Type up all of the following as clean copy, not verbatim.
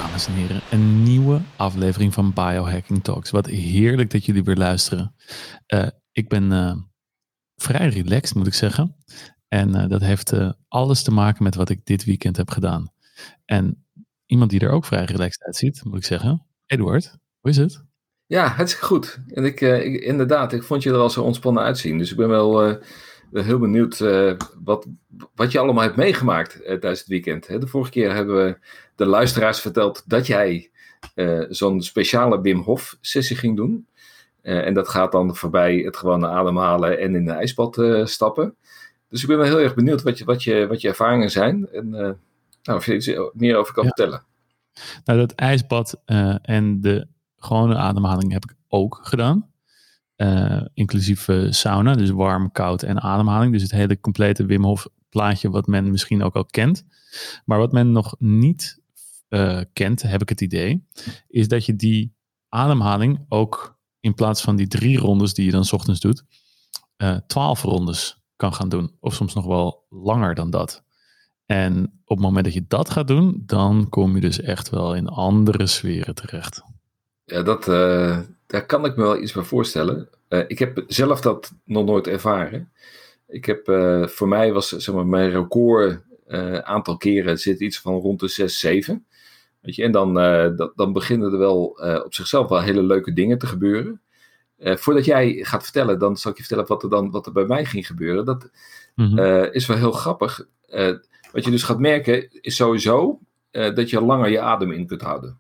dames en heren, een nieuwe aflevering van Biohacking Talks. Wat heerlijk dat jullie weer luisteren. Ik ben vrij relaxed, moet ik zeggen. En dat heeft alles te maken met wat ik dit weekend heb gedaan. En iemand die er ook vrij relaxed uitziet, moet ik zeggen. Eduard, hoe is het? Ja, hartstikke goed. En inderdaad, ik vond je er al zo ontspannen uitzien. Dus ik ben wel heel benieuwd wat je allemaal hebt meegemaakt tijdens het weekend. Hè? De vorige keer hebben we de luisteraars verteld dat jij zo'n speciale Wim Hof sessie ging doen. En dat gaat dan voorbij het gewone ademhalen en in een ijsbad stappen. Dus ik ben wel heel erg benieuwd wat je ervaringen zijn. En of je iets meer over kan vertellen. Nou, dat ijsbad en de gewone ademhaling heb ik ook gedaan. Inclusief sauna, dus warm, koud en ademhaling. Dus het hele complete Wim Hof plaatje wat men misschien ook al kent. Maar wat men nog niet kent, heb ik het idee, is dat je die ademhaling ook in plaats van die 3 rondes die je dan 's ochtends doet, 12 rondes kan gaan doen. Of soms nog wel langer dan dat. En op het moment dat je dat gaat doen, dan kom je dus echt wel in andere sferen terecht. Ja, daar kan ik me wel iets bij voorstellen. Ik heb zelf dat nog nooit ervaren. Voor mij was zeg maar, mijn record aantal keren zit iets van rond de 6, 7. Weet je? En dan beginnen er wel op zichzelf wel hele leuke dingen te gebeuren. Voordat jij gaat vertellen, dan zal ik je vertellen wat er bij mij ging gebeuren. Dat is wel heel grappig. Wat je dus gaat merken is sowieso dat je langer je adem in kunt houden.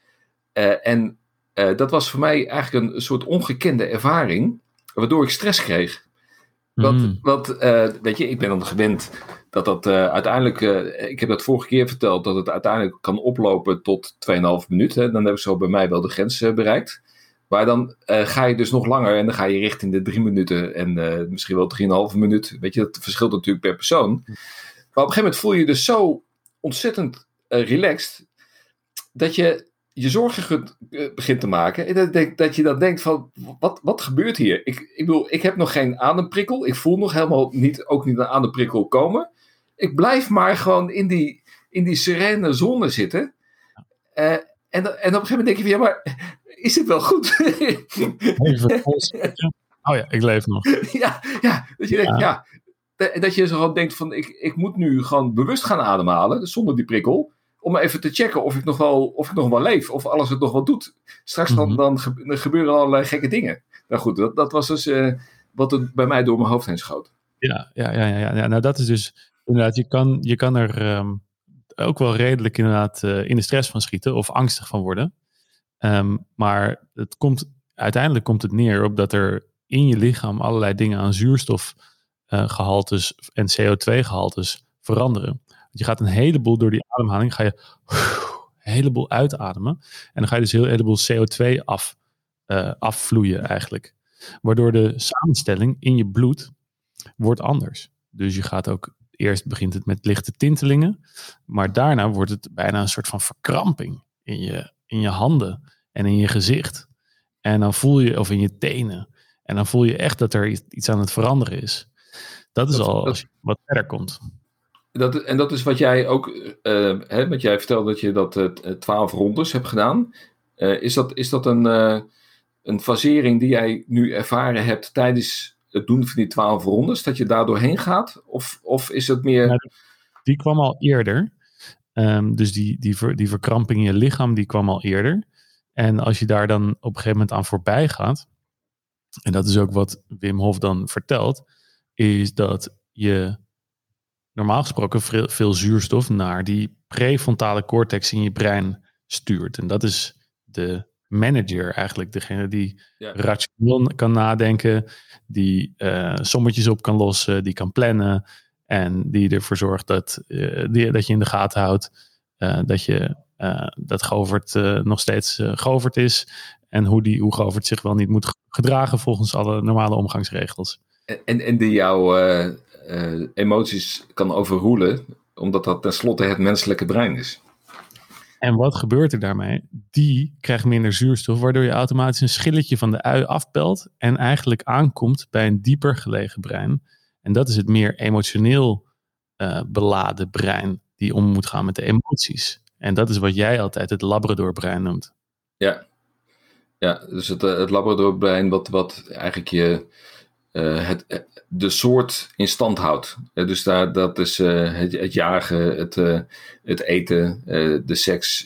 Dat was voor mij eigenlijk een soort ongekende ervaring, waardoor ik stress kreeg. Want weet je, ik ben dan gewend dat uiteindelijk, ik heb dat vorige keer verteld, dat het uiteindelijk kan oplopen tot 2,5 minuten. Dan heb ik zo bij mij wel de grens bereikt. Maar dan ga je dus nog langer en dan ga je richting de 3 minuten en misschien wel 3,5 minuut. Weet je, dat verschilt natuurlijk per persoon. Maar op een gegeven moment voel je je dus zo ontzettend relaxed, dat je zorgen begint te maken. En dat je dan denkt van, wat gebeurt hier? Ik bedoel, ik heb nog geen ademprikkel. Ik voel nog helemaal ook niet een ademprikkel komen. Ik blijf maar gewoon in die serene zone zitten. En op een gegeven moment denk je van, ja, maar is het wel goed? Even oh ja, ik leef nog. Ja, dat je denkt, ja. Dat je zo denkt van, ik moet nu gewoon bewust gaan ademhalen, zonder die prikkel, om even te checken of ik nog wel leef, of alles het nog wel doet. Straks dan gebeuren allerlei gekke dingen. Nou goed, dat was dus wat er bij mij door mijn hoofd heen schoot. Ja. Nou, dat is dus inderdaad, je kan er ook wel redelijk inderdaad in de stress van schieten of angstig van worden. Maar uiteindelijk komt het neer op dat er in je lichaam allerlei dingen aan zuurstofgehaltes en CO2-gehaltes veranderen. Je gaat een heleboel door die ademhaling, ga je een heleboel uitademen. En dan ga je dus een heleboel CO2 afvloeien eigenlijk. Waardoor de samenstelling in je bloed wordt anders. Dus je gaat ook, eerst begint het met lichte tintelingen. Maar daarna wordt het bijna een soort van verkramping in je handen en in je gezicht. En dan voel je, of in je tenen. En dan voel je echt dat er iets aan het veranderen is. Dat is als je wat verder komt. Dat is wat jij ook, wat jij vertelde dat je dat 12 rondes hebt gedaan. Is dat een fasering die jij nu ervaren hebt tijdens het doen van die 12 rondes? Dat je daar doorheen gaat? Of is het meer... Nou, die kwam al eerder. Dus die verkramping in je lichaam, die kwam al eerder. En als je daar dan op een gegeven moment aan voorbij gaat, en dat is ook wat Wim Hof dan vertelt, is dat je normaal gesproken veel zuurstof naar die prefrontale cortex in je brein stuurt. En dat is de manager eigenlijk, degene die rationeel kan nadenken, die sommetjes op kan lossen, die kan plannen en die ervoor zorgt dat je in de gaten houdt dat Govert nog steeds Govert is en hoe Govert zich wel niet moet gedragen volgens alle normale omgangsregels. En die jouw emoties kan overroelen, omdat dat tenslotte het menselijke brein is. En wat gebeurt er daarmee? Die krijgt minder zuurstof, waardoor je automatisch een schilletje van de ui afpelt en eigenlijk aankomt bij een dieper gelegen brein. En dat is het meer emotioneel beladen brein die om moet gaan met de emoties. En dat is wat jij altijd het Labradorbrein noemt. Ja, dus het Labradorbrein wat eigenlijk de soort in stand houdt. Dus dat is het jagen, het eten, de seks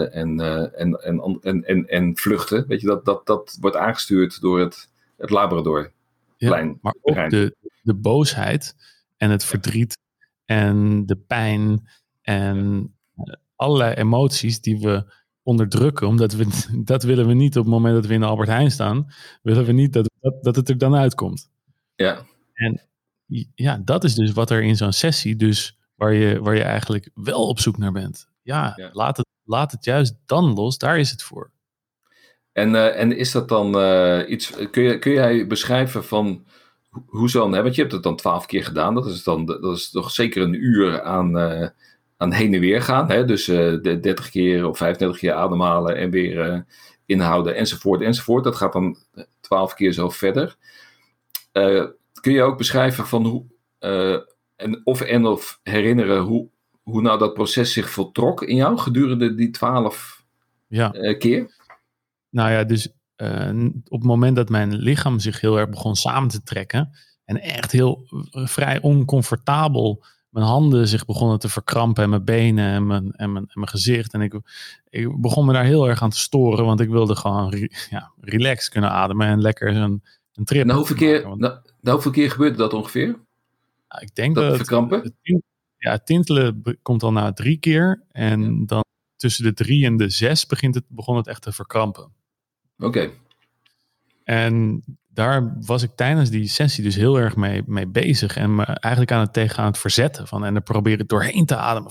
en vluchten. Weet je, dat wordt aangestuurd door het Labrador. Ja, maar ook de boosheid en het verdriet en de pijn en allerlei emoties die we onderdrukken, omdat dat willen we niet op het moment dat we in de Albert Heijn staan, willen we niet dat het er dan uitkomt. Ja. En ja, dat is dus wat er in zo'n sessie, dus waar je eigenlijk wel op zoek naar bent. Ja. Laat het juist dan los, daar is het voor. En is dat dan iets, kun jij beschrijven van hoe zo'n, want je hebt het dan 12 keer gedaan, dat is toch zeker een uur aan heen en weer gaan, hè? Dus 30 keer of 35 keer ademhalen en weer inhouden enzovoort. Dat gaat dan 12 keer zo verder. Kun je ook beschrijven van hoe, of herinneren hoe nou dat proces zich voltrok in jou gedurende die 12 keer? Nou ja, dus op het moment dat mijn lichaam zich heel erg begon samen te trekken en echt heel vrij oncomfortabel mijn handen zich begonnen te verkrampen en mijn benen en mijn gezicht. En ik begon me daar heel erg aan te storen, want ik wilde gewoon relaxed kunnen ademen en lekker een trip. Nou, hoeveel keer gebeurde dat ongeveer? Nou, ik denk dat verkrampen? Het tintelen komt al na 3 keer en dan tussen de 3 en de 6 begon het echt te verkrampen. Oké. En daar was ik tijdens die sessie dus heel erg mee bezig. En me eigenlijk aan het verzetten. En er proberen doorheen te ademen.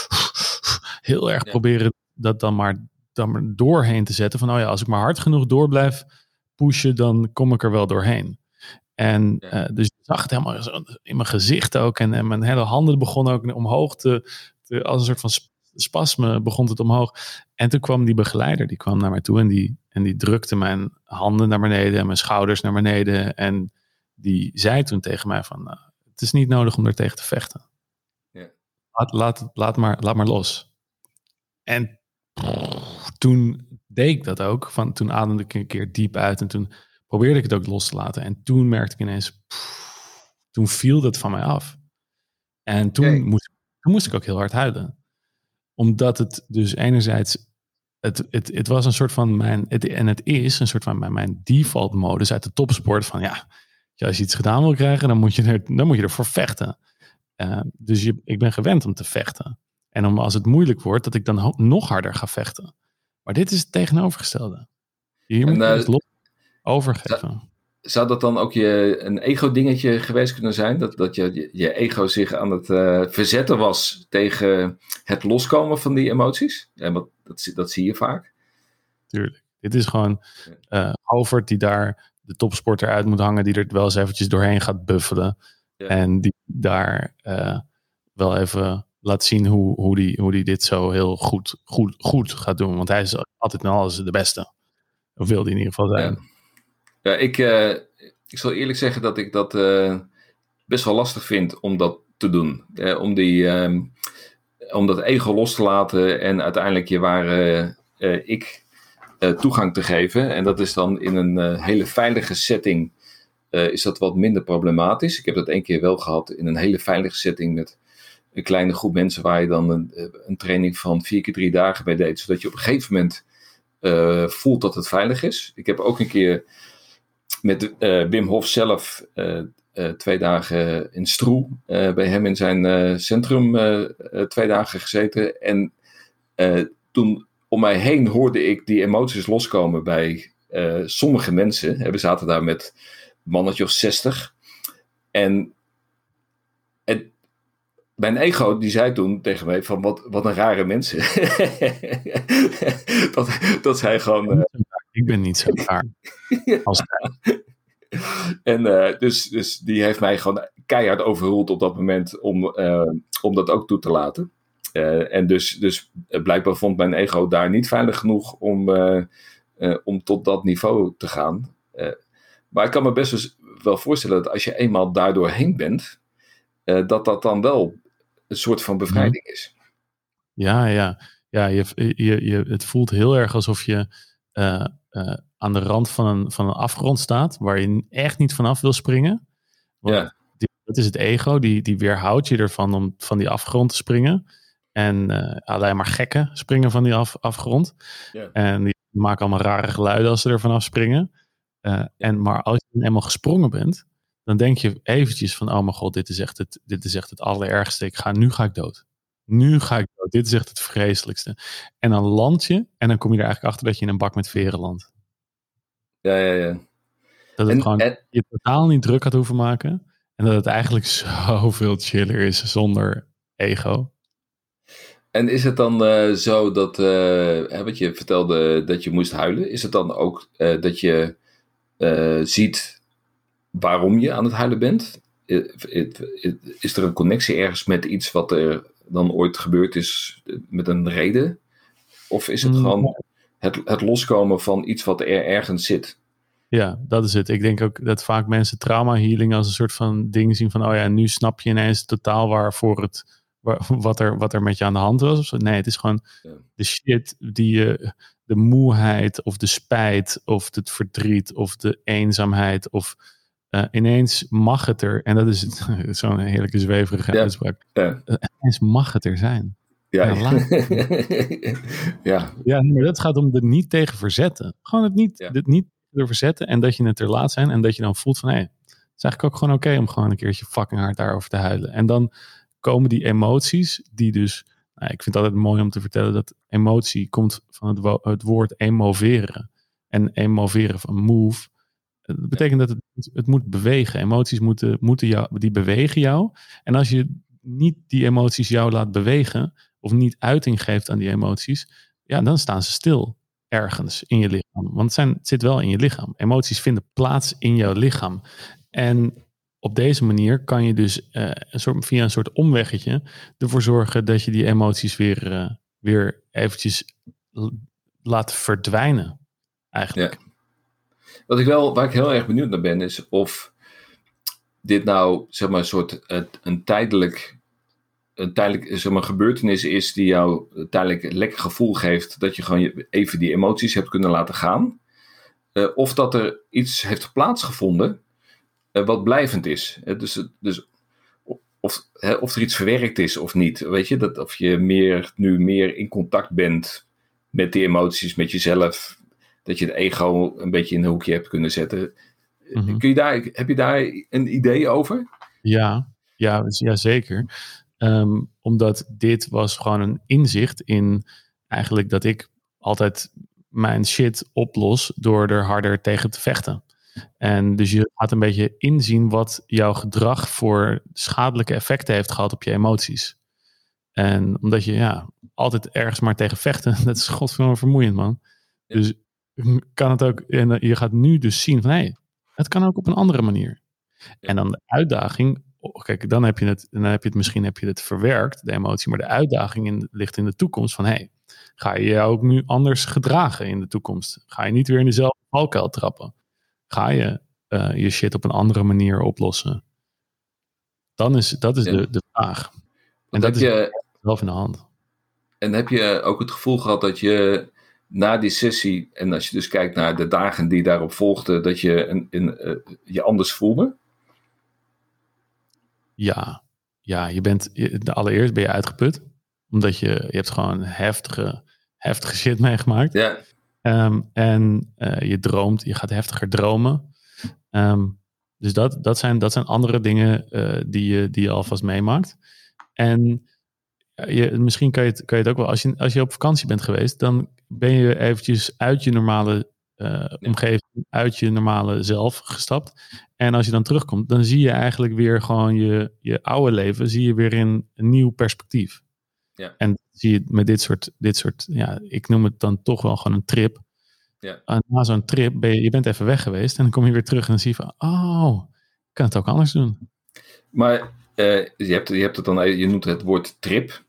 Heel erg proberen dat dan maar doorheen te zetten. Van als ik maar hard genoeg door blijf pushen, dan kom ik er wel doorheen. En dus ik zag het helemaal in mijn gezicht ook. En mijn hele handen begonnen ook omhoog als een soort van spasme begon het omhoog. En toen kwam die begeleider, die kwam naar mij toe en die drukte mijn handen naar beneden en mijn schouders naar beneden. En die zei toen tegen mij van, het is niet nodig om er tegen te vechten. Ja. Laat maar los. En toen deed ik dat ook. Toen ademde ik een keer diep uit en toen probeerde ik het ook los te laten. En toen merkte ik ineens, toen viel dat van mij af. En toen moest ik ook heel hard huilen. Omdat het dus enerzijds, het was een soort van het is een soort van mijn default modus uit de topsport van als je iets gedaan wil krijgen, dan moet je ervoor vechten. Dus ik ben gewend om te vechten. En als het moeilijk wordt, dat ik dan nog harder ga vechten. Maar dit is het tegenovergestelde. Hier moet je het overgeven. Zou dat dan ook een ego-dingetje geweest kunnen zijn? Dat je ego zich aan het verzetten was tegen het loskomen van die emoties? En dat zie je vaak. Tuurlijk. Dit is gewoon Halvert die daar de topsporter uit moet hangen, die er wel eens eventjes doorheen gaat buffelen. Ja. En die daar wel even laat zien hoe die dit zo heel goed gaat doen. Want hij is altijd en alles de beste. Of wil hij in ieder geval zijn. Ja, ik zal eerlijk zeggen dat ik dat best wel lastig vind om dat te doen. Om dat ego los te laten en uiteindelijk je ware ik toegang te geven. En dat is dan in een hele veilige setting is dat wat minder problematisch. Ik heb dat 1 keer wel gehad in een hele veilige setting met een kleine groep mensen waar je dan een training van 4 keer 3 dagen bij deed. Zodat je op een gegeven moment voelt dat het veilig is. Ik heb ook een keer met Wim Hof zelf 2 dagen in Stroe bij hem in zijn centrum 2 dagen gezeten. En toen om mij heen hoorde ik die emoties loskomen bij sommige mensen. We zaten daar met een mannetje of 60. En mijn ego die zei toen tegen mij van wat een rare mensen. dat hij gewoon... Ik ben niet zo raar. Als... En dus die heeft mij gewoon keihard overroeld op dat moment om dat ook toe te laten. En dus blijkbaar vond mijn ego daar niet veilig genoeg om tot dat niveau te gaan. Maar ik kan me best wel voorstellen dat als je eenmaal daardoor heen bent, dat dan wel een soort van bevrijding is. Ja. het voelt heel erg alsof je aan de rand van een afgrond staat, waar je echt niet vanaf wil springen. Want dat is het ego, die weerhoudt je ervan om van die afgrond te springen. En alleen maar gekken springen van die afgrond. Ja. En die maken allemaal rare geluiden als ze er vanaf springen. Maar als je eenmaal gesprongen bent, dan denk je eventjes van, oh mijn god, dit is echt het allerergste. Nu ga ik dood. Nu ga ik dood. Dit is echt het vreselijkste. En dan land je en dan kom je er eigenlijk achter dat je in een bak met veren landt. Ja. Dat het je totaal niet druk had hoeven maken. En dat het eigenlijk zoveel chiller is zonder ego. En is het dan zo dat, wat je vertelde, dat je moest huilen, is het dan ook dat je ziet waarom je aan het huilen bent? Is er een connectie ergens met iets wat er dan ooit gebeurd is met een reden? Of is het gewoon het loskomen van iets wat er ergens zit? Ja, dat is het. Ik denk ook dat vaak mensen trauma healing als een soort van ding zien van, oh ja, nu snap je ineens totaal wat er met je aan de hand was. Nee, het is gewoon de shit de moeheid of de spijt of het verdriet of de eenzaamheid of ineens mag het er. En dat is zo'n heerlijke zweverige uitspraak. Ineens mag het er zijn. Ja, maar dat gaat om er niet tegen verzetten. Gewoon het niet er verzetten en dat je het er laat zijn en dat je dan voelt van, het is eigenlijk ook gewoon oké om gewoon een keertje fucking hard daarover te huilen. En dan komen die emoties die dus, ik vind het altijd mooi om te vertellen dat emotie komt van het woord emoveren. En emoveren van move. Dat betekent dat het moet bewegen. Emoties die bewegen jou. En als je niet die emoties jou laat bewegen of niet uiting geeft aan die emoties, dan staan ze stil ergens in je lichaam. Want het zit wel in je lichaam. Emoties vinden plaats in jouw lichaam. En op deze manier kan je dus via een soort omweggetje ervoor zorgen dat je die emoties weer eventjes laat verdwijnen. Eigenlijk. Ja. Waar ik heel erg benieuwd naar ben, is of dit nou, zeg maar, een soort een tijdelijk zeg maar, gebeurtenis is die jou tijdelijk een lekker gevoel geeft dat je gewoon even die emoties hebt kunnen laten gaan. Of dat er iets heeft plaatsgevonden wat blijvend is. Dus of er iets verwerkt is of niet. Weet je, of je nu meer in contact bent met die emoties, met jezelf. Dat je het ego een beetje in een hoekje hebt kunnen zetten. Mm-hmm. Heb je daar een idee over? Ja, zeker. Omdat dit was gewoon een inzicht in eigenlijk dat ik altijd mijn shit oplos door er harder tegen te vechten. En dus je gaat een beetje inzien wat jouw gedrag voor schadelijke effecten heeft gehad op je emoties. En omdat je altijd ergens maar tegen vechten, dat is godverdomme vermoeiend, man. Ja. Dus kan het ook, en je gaat nu dus zien van, het kan ook op een andere manier. Ja. En dan de uitdaging, kijk, dan heb je het misschien verwerkt, de emotie, maar de uitdaging ligt in de toekomst van, ga je jou ook nu anders gedragen in de toekomst? Ga je niet weer in dezelfde valkuil trappen? Ga je je shit op een andere manier oplossen? Dat is de vraag. En dat is zelf in de hand. En heb je ook het gevoel gehad dat je na die sessie, en als je dus kijkt naar de dagen die daarop volgden, dat je je anders voelde? Ja, allereerst ben je uitgeput. Omdat je hebt gewoon heftige shit meegemaakt. Ja. En je droomt, je gaat heftiger dromen. Dus dat zijn andere dingen die je alvast meemaakt. En misschien kan je het ook wel, als je op vakantie bent geweest, dan ben je eventjes uit je normale omgeving, uit je normale zelf gestapt. En als je dan terugkomt, dan zie je eigenlijk weer gewoon je oude leven, zie je weer in een nieuw perspectief. Ja. En zie je met dit soort, ik noem het dan toch wel gewoon een trip. Ja. En na zo'n trip je bent even weg geweest en dan kom je weer terug en dan zie je van, ik kan het ook anders doen. Maar je hebt het dan, je noemt het woord trip.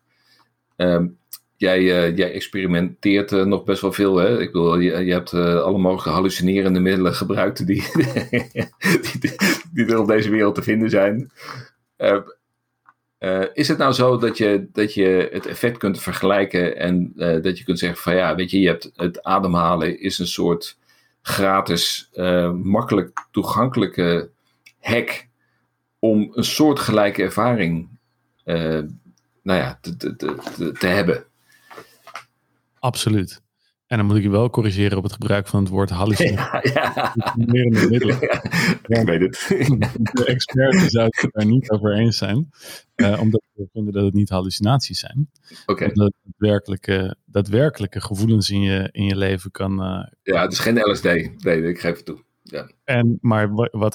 Jij experimenteert nog best wel veel, hè? Ik bedoel, je hebt alle mogelijke hallucinerende middelen gebruikt die er op deze wereld te vinden zijn. Is het nou zo dat je het effect kunt vergelijken en dat je kunt zeggen van ja, weet je hebt het ademhalen is een soort gratis, makkelijk toegankelijke hack om een soortgelijke ervaring te hebben. Absoluut. En dan moet ik je wel corrigeren op het gebruik van het woord hallucinatie. Ja. Middelen. Ik weet het. De experts zouden het daar niet over eens zijn. Omdat we vinden dat het niet hallucinaties zijn. Okay. Omdat daadwerkelijke gevoelens in je leven kan... ja, het is geen LSD. Nee, ik geef het toe. Ja. Maar wat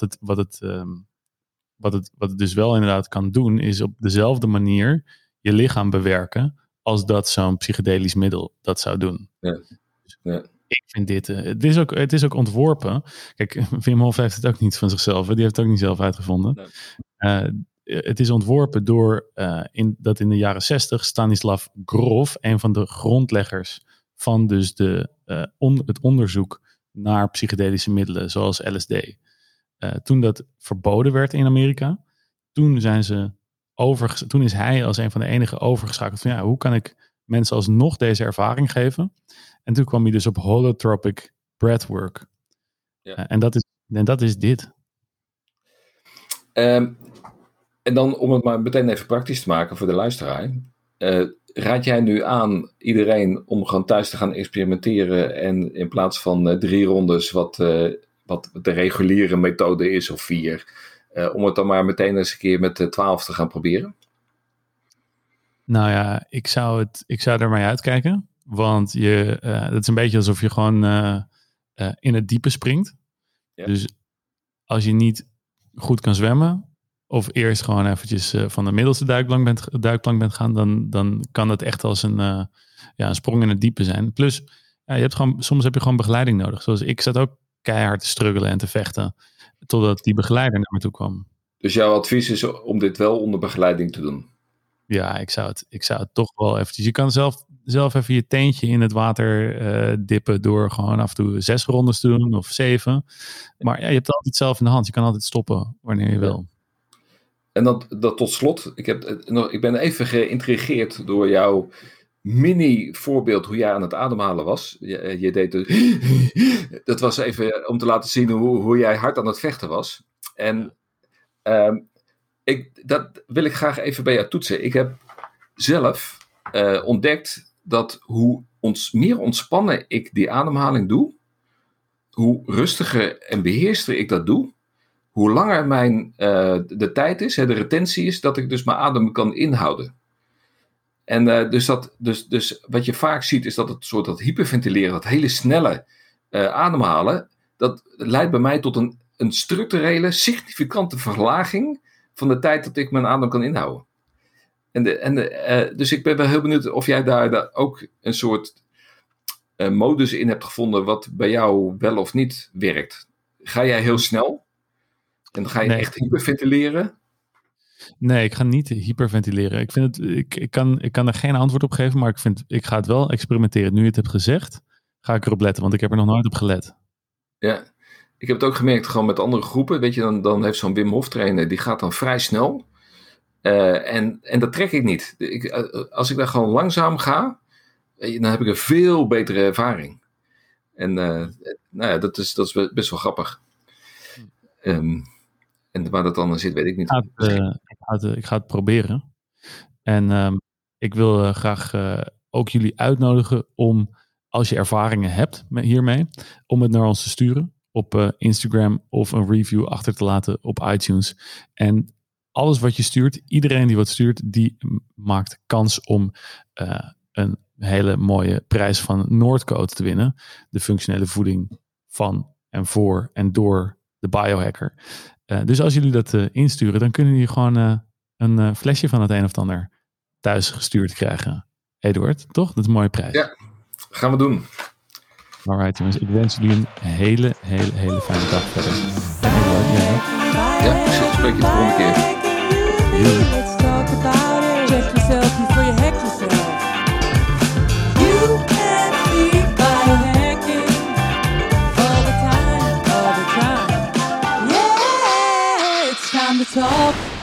het dus wel inderdaad kan doen, is op dezelfde manier je lichaam bewerken als dat zo'n psychedelisch middel dat zou doen. Ja. Ja. Ik vind dit, het is ook ontworpen. Kijk, Wim Hof heeft het ook niet van zichzelf. Die heeft het ook niet zelf uitgevonden. Nee. Het is ontworpen door, in de jaren 60 Stanislav Grof, een van de grondleggers van dus het onderzoek naar psychedelische middelen, zoals LSD. Toen dat verboden werd in Amerika, toen is hij als een van de enigen overgeschakeld van hoe kan ik mensen alsnog deze ervaring geven? En toen kwam hij dus op holotropic breathwork. Ja. En dat is dit. En dan om het maar meteen even praktisch te maken voor de luisteraar. Raad jij nu aan iedereen om gewoon thuis te gaan experimenteren en in plaats van 3 rondes wat de reguliere methode is of 4, om het dan maar meteen eens een keer met 12 te gaan proberen? Nou ja, ik zou er maar uitkijken. Want het is een beetje alsof je gewoon in het diepe springt. Ja. Dus als je niet goed kan zwemmen, of eerst gewoon eventjes van de middelste duikplank bent gaan, dan kan het echt als een sprong in het diepe zijn. Plus, soms heb je gewoon begeleiding nodig. Zoals ik zat ook keihard te struggelen en te vechten, totdat die begeleider naar me toe kwam. Dus jouw advies is om dit wel onder begeleiding te doen? Ja, ik zou het toch wel eventjes... Je kan zelf even je teentje in het water dippen door gewoon af en toe 6 rondes te doen of 7. Maar je hebt het altijd zelf in de hand. Je kan altijd stoppen wanneer je wil. En dat tot slot. Ik ben even geïntrigeerd door jouw mini-voorbeeld hoe jij aan het ademhalen was. Je deed dat was even om te laten zien hoe jij hard aan het vechten was. En dat wil ik graag even bij jou toetsen. Ik heb zelf ontdekt dat hoe meer ontspannen ik die ademhaling doe, hoe rustiger en beheerster ik dat doe, hoe langer de tijd is, de retentie is, dat ik dus mijn adem kan inhouden. En dus wat je vaak ziet is dat het soort dat hyperventileren, dat hele snelle ademhalen, dat leidt bij mij tot een structurele, significante verlaging van de tijd dat ik mijn adem kan inhouden. Dus ik ben wel heel benieuwd of jij daar ook een soort modus in hebt gevonden wat bij jou wel of niet werkt. Ga jij heel snel? En ga je echt hyperventileren? Nee, ik ga niet hyperventileren. Ik kan er geen antwoord op geven, maar ik ga het wel experimenteren. Nu je het hebt gezegd, ga ik erop letten, want ik heb er nog nooit op gelet. Ja, ik heb het ook gemerkt gewoon met andere groepen. Weet je, dan heeft zo'n Wim Hof trainer, die gaat dan vrij snel. En dat trek ik niet. Als ik daar gewoon langzaam ga, dan heb ik een veel betere ervaring. En dat is best wel grappig. En waar dat dan zit, weet ik niet. Ik ga het proberen. En ik wil graag ook jullie uitnodigen om, als je ervaringen hebt hiermee, om het naar ons te sturen op Instagram of een review achter te laten op iTunes. En alles wat je stuurt, iedereen die wat stuurt, die maakt kans om een hele mooie prijs van Noordcoat te winnen. De functionele voeding van en voor en door de biohacker. Dus als jullie dat insturen, dan kunnen jullie gewoon een flesje van het een of het ander thuis gestuurd krijgen. Eduard, toch? Dat is een mooie prijs. Ja, gaan we doen. Alright jongens, ik wens jullie een hele fijne dag verder. En Eduard, jij ook? Ja, ik spreek je de volgende keer. Let's talk about it. Check yourself before you hack yourself. You and me biohacking all the time. Yeah, it's time to talk.